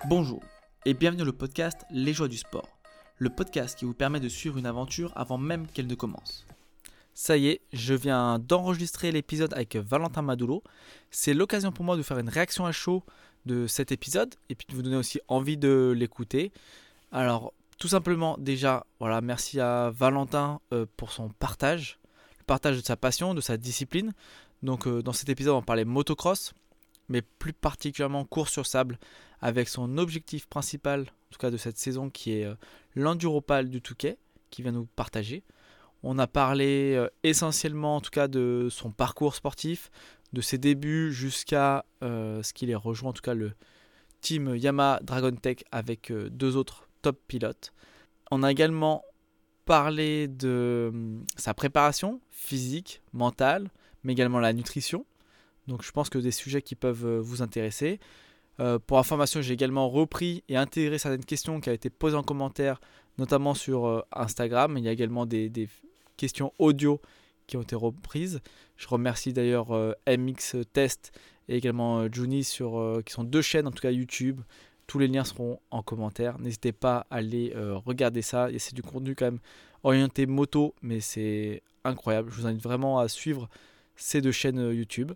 Bonjour et bienvenue dans le podcast Les Joies du Sport, le podcast qui vous permet de suivre une aventure avant même qu'elle ne commence. Ça y est, je viens d'enregistrer l'épisode avec Valentin Madoulo. C'est l'occasion pour moi de faire une réaction à chaud de cet épisode et puis de vous donner aussi envie de l'écouter. Alors, tout simplement, déjà, voilà, merci à Valentin pour son partage, le partage de sa passion, de sa discipline. Donc, dans cet épisode, on parlait motocross, mais plus particulièrement course sur sable, avec son objectif principal, en tout cas de cette saison, qui est l'Enduropal du Touquet, qui vient nous partager. On a parlé essentiellement, en tout cas, de son parcours sportif, de ses débuts jusqu'à ce qu'il ait rejoint, en tout cas, le team Yamaha Dragon Tech avec deux autres top pilotes. On a également parlé de sa préparation physique, mentale, mais également la nutrition. Donc je pense que des sujets qui peuvent vous intéresser. Pour information, j'ai également repris et intégré certaines questions qui ont été posées en commentaire, notamment sur Instagram. Il y a également des questions audio qui ont été reprises. Je remercie d'ailleurs MX Test et également Juni qui sont deux chaînes, en tout cas YouTube. Tous les liens seront en commentaire. N'hésitez pas à aller regarder ça. Et c'est du contenu quand même orienté moto, mais c'est incroyable. Je vous invite vraiment à suivre ces deux chaînes YouTube.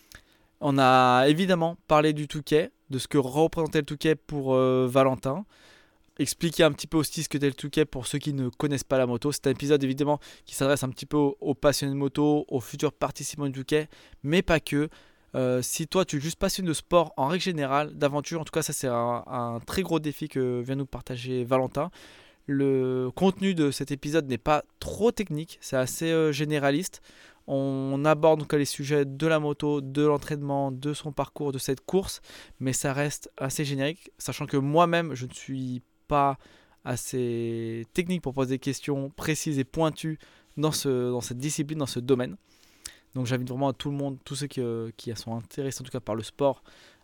On a évidemment parlé du Touquet, de ce que représentait le Touquet pour Valentin. Expliquer un petit peu aussi ce que était le Touquet pour ceux qui ne connaissent pas la moto. C'est un épisode évidemment qui s'adresse un petit peu aux passionnés de moto, aux futurs participants du Touquet, mais pas que. Si toi tu es juste passionné de sport en règle générale, d'aventure, en tout cas ça c'est un très gros défi que vient nous partager Valentin. Le contenu de cet épisode n'est pas trop technique, c'est assez généraliste. On aborde donc les sujets de la moto, de l'entraînement, de son parcours, de cette course, mais ça reste assez générique, sachant que moi-même je ne suis pas assez technique pour poser des questions précises et pointues dans cette discipline, dans ce domaine. Donc j'invite vraiment à tout le monde, tous ceux qui sont intéressés en tout cas par le sport,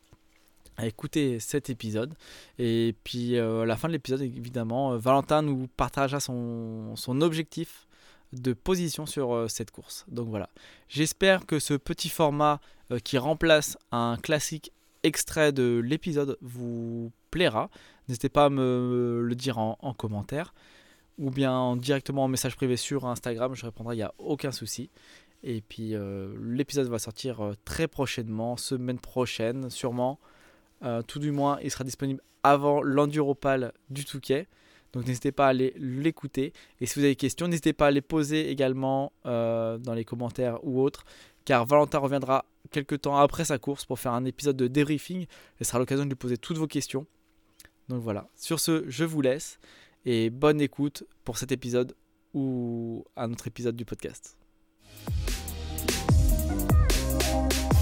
à écouter cet épisode. Et puis à la fin de l'épisode, évidemment, Valentin nous partagera son objectif de position sur cette course. Donc voilà, j'espère que ce petit format qui remplace un classique extrait de l'épisode vous plaira. N'hésitez pas à me le dire en commentaire ou bien directement en message privé sur Instagram, je répondrai, il n'y a aucun souci. Et puis l'épisode va sortir très prochainement, semaine prochaine sûrement. Tout du moins, il sera disponible avant l'Enduropal du Touquet. Donc n'hésitez pas à aller l'écouter. Et si vous avez des questions, n'hésitez pas à les poser également dans les commentaires ou autres. Car Valentin reviendra quelques temps après sa course pour faire un épisode de débriefing. Et ce sera l'occasion de lui poser toutes vos questions. Donc voilà, sur ce, je vous laisse. Et bonne écoute pour cet épisode ou un autre épisode du podcast.